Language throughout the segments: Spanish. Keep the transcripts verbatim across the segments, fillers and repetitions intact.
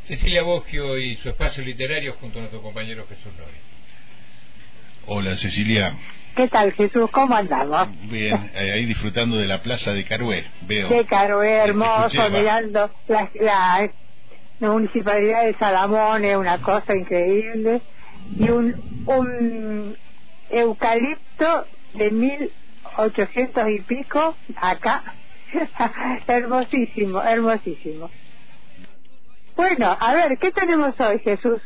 Cecilia Boggio y su espacio literario junto a nuestro compañero Jesús Novi. Hola Cecilia. ¿Qué tal, Jesús? ¿Cómo andamos? Bien, eh, ahí disfrutando de la plaza de Carué, veo. De Carué, hermoso, Escuché, mirando la, la, la municipalidad de Salamón, es una cosa increíble, y un, un eucalipto de mil ochocientos y pico acá, hermosísimo, hermosísimo. Bueno, a ver, ¿qué tenemos hoy, Jesús?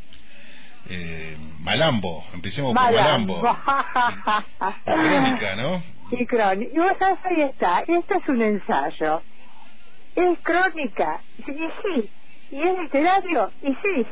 Eh, Malambo, empecemos Malambo. por Malambo. Crónica, ¿no? Sí, crónica. Y vos sabés, ahí está, este es un ensayo. ¿Es crónica? Sí, sí. ¿Y es literario? Y sí.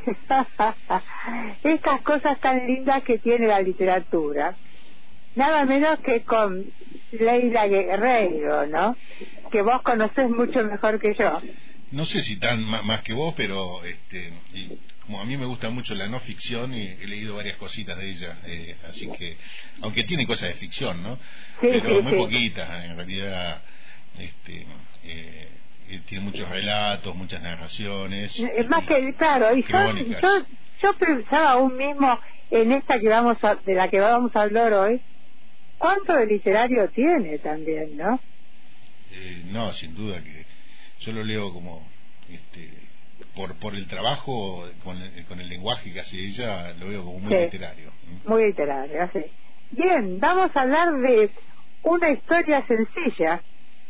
Estas cosas tan lindas que tiene la literatura. Nada menos que con Leila Guerreiro, ¿no? Que vos conocés mucho mejor que yo. No sé si tan más, más que vos, pero este, y como a mí me gusta mucho la no ficción, y he leído varias cositas de ella, eh, así que, aunque tiene cosas de ficción, ¿no? Sí, pero sí, muy sí. poquitas, en realidad, este, eh, tiene muchos relatos, muchas narraciones. Es más que, claro, y son, yo, yo pensaba aún mismo en esta que vamos a, de la que vamos a hablar hoy, ¿cuánto de literario tiene también, no? Eh, no, sin duda que yo lo leo como este, por por el trabajo con el, con el lenguaje que hace ella, lo veo como muy sí, literario. Muy literario, sí. Bien, vamos a hablar de una historia sencilla.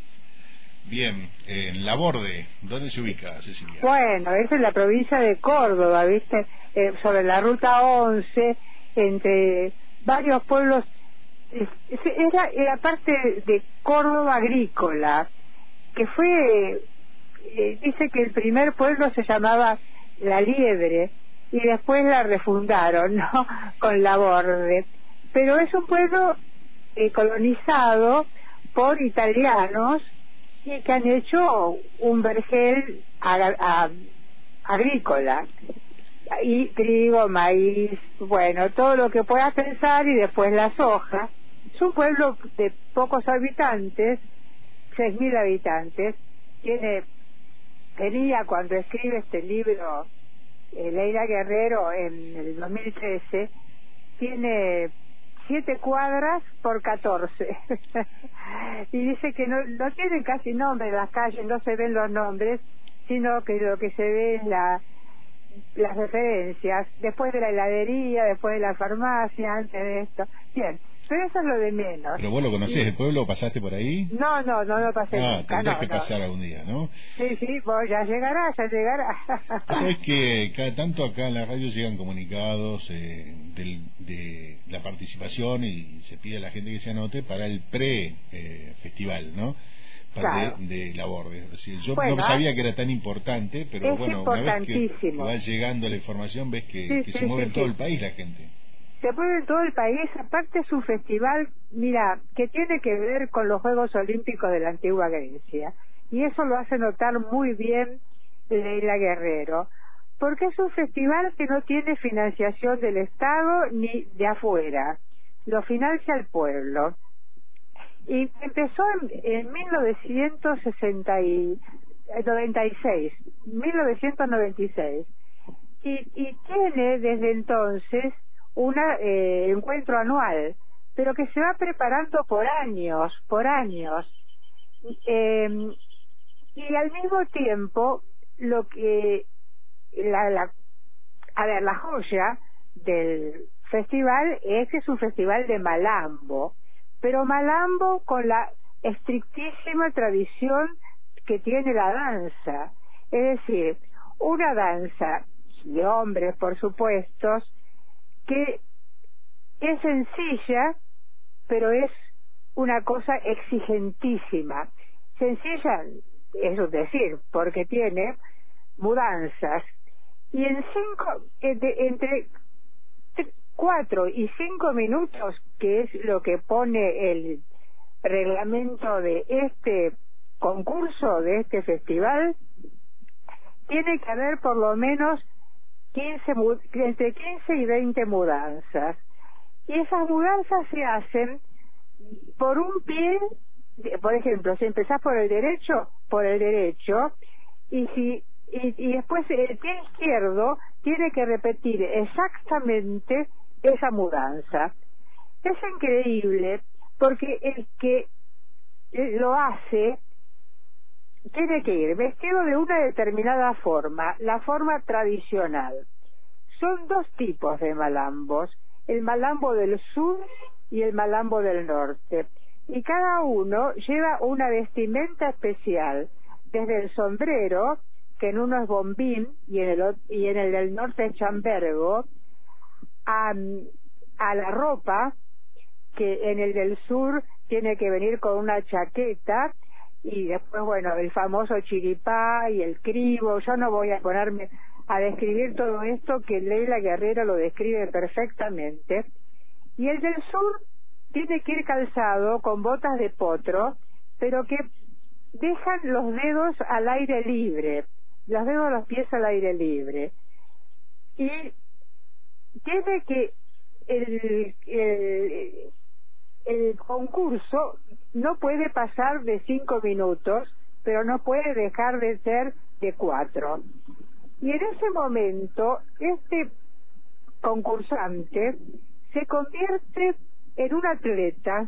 Bien, eh, en Laborde, ¿dónde se ubica, Cecilia? Bueno, es en la provincia de Córdoba, ¿viste? Eh, sobre la ruta once, entre varios pueblos. Era, era parte de Córdoba agrícola, que fue, eh, dice que el primer pueblo se llamaba La Liebre y después la refundaron, ¿no? Con Laborde. Pero es un pueblo eh, colonizado por italianos y que han hecho un vergel ag ag agrícola, y trigo, maíz, bueno, todo lo que puedas pensar, y después la soja. Es un pueblo de pocos habitantes, seis mil habitantes. Tiene, tenía cuando escribe este libro eh, Leila Guerreiro en el dos mil trece, tiene siete cuadras por catorce. Y dice que no, no tienen casi nombre las calles, no se ven los nombres, sino que lo que se ve es la las referencias, después de la heladería, después de la farmacia, antes de esto. Bien, pero eso es lo de menos. ¿Pero vos lo conocés, y... el pueblo? ¿Pasaste por ahí? No, no, no lo pasé ah, nunca. tendrás no, que no. pasar algún día, ¿no? Sí, sí, pues ya llegará, ya llegará. Sabes que cada tanto acá en la radio llegan comunicados eh, del, de la participación, y se pide a la gente que se anote para el pre-festival, eh, ¿no? Para Claro. de, de Laborde. Es decir, yo bueno, no sabía que era tan importante, pero es bueno, una vez que, que importantísimo. va llegando la información, ves que, Sí, que sí, se mueve sí, en todo sí. el país la gente. Se mueve en todo el país. Aparte es un festival, mira, que tiene que ver con los Juegos Olímpicos de la antigua Grecia, y eso lo hace notar muy bien Leila Guerreiro, porque es un festival que no tiene financiación del Estado ni de afuera, lo financia el pueblo, y empezó en, en mil novecientos noventa y seis, mil novecientos noventa y seis, y, y tiene desde entonces un eh, encuentro anual, pero que se va preparando por años, por años, eh, y al mismo tiempo lo que la, la a ver la joya del festival es que es un festival de malambo, pero malambo con la estrictísima tradición que tiene la danza, es decir, una danza de hombres, por supuesto, que es sencilla, pero es una cosa exigentísima. Sencilla es un decir, porque tiene mudanzas, y en cinco, entre, entre cuatro y cinco minutos, que es lo que pone el reglamento de este concurso, de este festival, tiene que haber por lo menos quince, entre quince y veinte mudanzas, y esas mudanzas se hacen por un pie. Por ejemplo, si empezás por el derecho, por el derecho, y si y, y después el pie izquierdo tiene que repetir exactamente esa mudanza. Es increíble porque el que lo hace tiene que ir vestido de una determinada forma, la forma tradicional. Son dos tipos de malambos, el malambo del sur y el malambo del norte, y cada uno lleva una vestimenta especial, desde el sombrero, que en uno es bombín y en el, y en el del norte es chambergo, a, a la ropa, que en el del sur tiene que venir con una chaqueta, y después, bueno, el famoso chiripá y el cribo. Yo no voy a ponerme a describir todo esto, que Leila Guerrero lo describe perfectamente. Y el del sur tiene que ir calzado con botas de potro, pero que dejan los dedos al aire libre, los dedos de los pies al aire libre. Y tiene que el, el, el concurso no puede pasar de cinco minutos, pero no puede dejar de ser de cuatro. Y en ese momento, este concursante se convierte en un atleta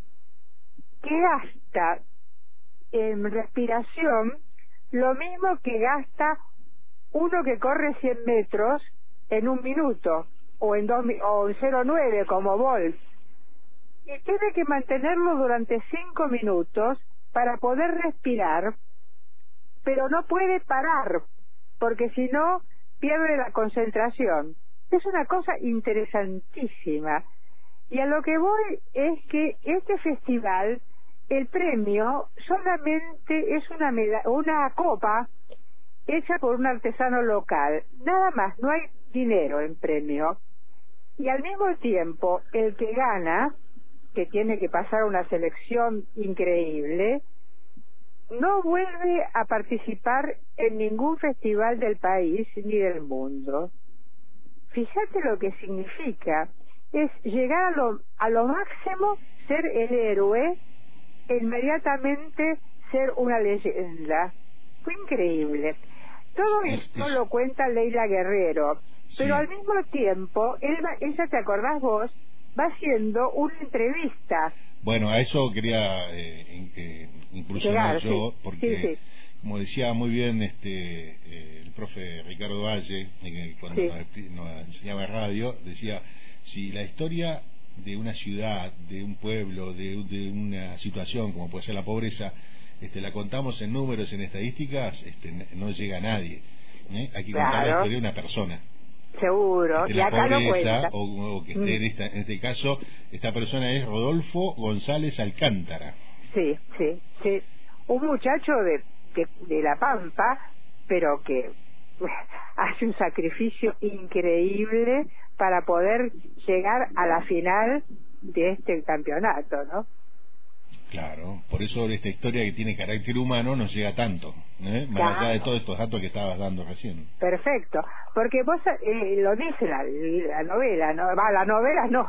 que gasta en respiración lo mismo que gasta uno que corre cien metros en un minuto, o en, dos, o en cero coma nueve como Bolt. Y tiene que mantenerlo durante cinco minutos para poder respirar, pero no puede parar, porque si no pierde la concentración. Es una cosa interesantísima. Y a lo que voy es que este festival, el premio solamente es una meda- una copa hecha por un artesano local. Nada más, no hay dinero en premio. Y al mismo tiempo, el que gana, que tiene que pasar una selección increíble, no vuelve a participar en ningún festival del país ni del mundo. Fíjate lo que significa, es llegar a lo, a lo máximo, ser el héroe, e inmediatamente ser una leyenda. Fue increíble. Todo esto lo cuenta Leila Guerrero, pero sí, al mismo tiempo, él va, ella, ¿te acordás vos?, va haciendo una entrevista. Bueno, a eso quería eh, eh, incursionar yo, sí, porque, sí, sí. como decía muy bien este eh, el profe Ricardo Valle, eh, cuando sí. nos, nos enseñaba radio, decía, si la historia de una ciudad, de un pueblo, de, de una situación como puede ser la pobreza, este, la contamos en números, en estadísticas, este, no llega a nadie. ¿eh? Hay que claro. contar la historia de una persona. Seguro, y acá lo cuenta. O, o que esté mm. en, esta, en este caso, esta persona es Rodolfo González Alcántara. Sí, sí, sí. Un muchacho de, de, de La Pampa, pero que hace un sacrificio increíble para poder llegar a la final de este campeonato, ¿no? Claro, por eso esta historia que tiene carácter humano no llega tanto, ¿eh? más claro. allá de todos estos datos que estabas dando recién. Perfecto, porque vos eh, lo dice la, la novela, no va la novela no,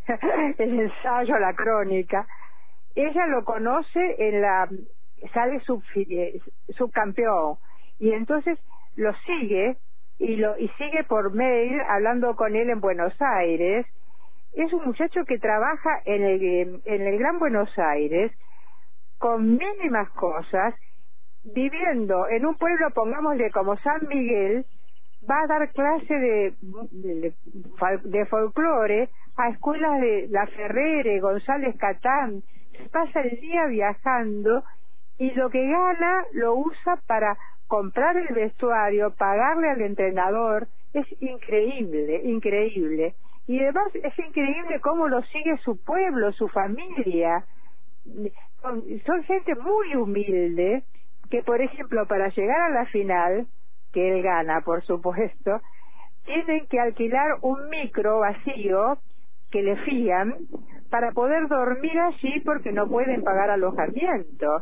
el ensayo, la crónica. Ella lo conoce en la, sale sub, eh, subcampeón, y entonces lo sigue y lo y sigue por mail hablando con él en Buenos Aires. Es un muchacho que trabaja en el, en el Gran Buenos Aires con mínimas cosas, viviendo en un pueblo, pongámosle como San Miguel, va a dar clase de, de, de folclore a escuelas de La Ferrere, González Catán, pasa el día viajando y lo que gana lo usa para comprar el vestuario, pagarle al entrenador. Es increíble, increíble. Y además es increíble cómo lo sigue su pueblo, su familia. Son, son gente muy humilde, que por ejemplo para llegar a la final, que él gana por supuesto, tienen que alquilar un micro vacío que le fían para poder dormir allí porque no pueden pagar alojamiento.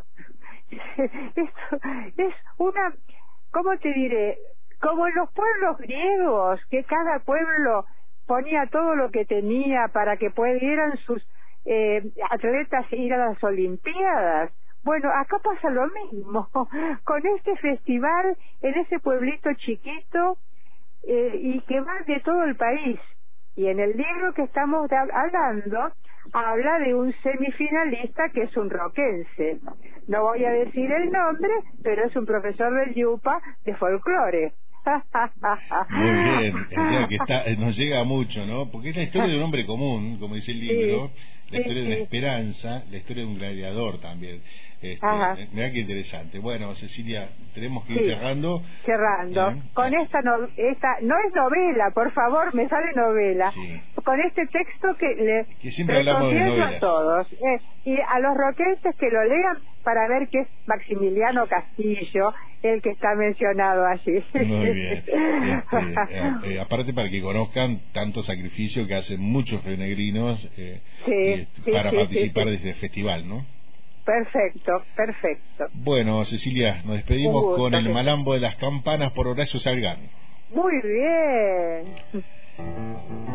Esto es una, ¿cómo te diré? Como en los pueblos griegos, que cada pueblo ponía todo lo que tenía para que pudieran sus eh, atletas ir a las Olimpiadas. Bueno, acá pasa lo mismo, con este festival en ese pueblito chiquito eh, y que va de todo el país. Y en el libro que estamos hablando, habla de un semifinalista que es un roquense. No voy a decir el nombre, pero es un profesor del Yupa de folclore. Muy bien, o sea que está, nos llega mucho, ¿no? Porque es la historia de un hombre común, como dice el libro, sí, la historia sí, de la esperanza, la historia de un gladiador también. Este, mirá qué interesante. Bueno, Cecilia, tenemos que ir sí, cerrando. Cerrando. ¿Eh? Con ah, esta, no, esta, no es novela, por favor, me sale novela. Sí. Con este texto que le que siempre hablamos de novelas. A todos. Eh, y a los roquenses que lo lean para ver que es Maximiliano Castillo el que está mencionado allí. Muy bien. Este, eh, eh, aparte para que conozcan tanto sacrificio que hacen muchos renegrinos eh, sí, eh, sí, para sí, participar sí, sí. de este festival, ¿no? Perfecto, perfecto. Bueno, Cecilia, nos despedimos gusto, con el malambo de las campanas por Horacio Salgán. Muy bien.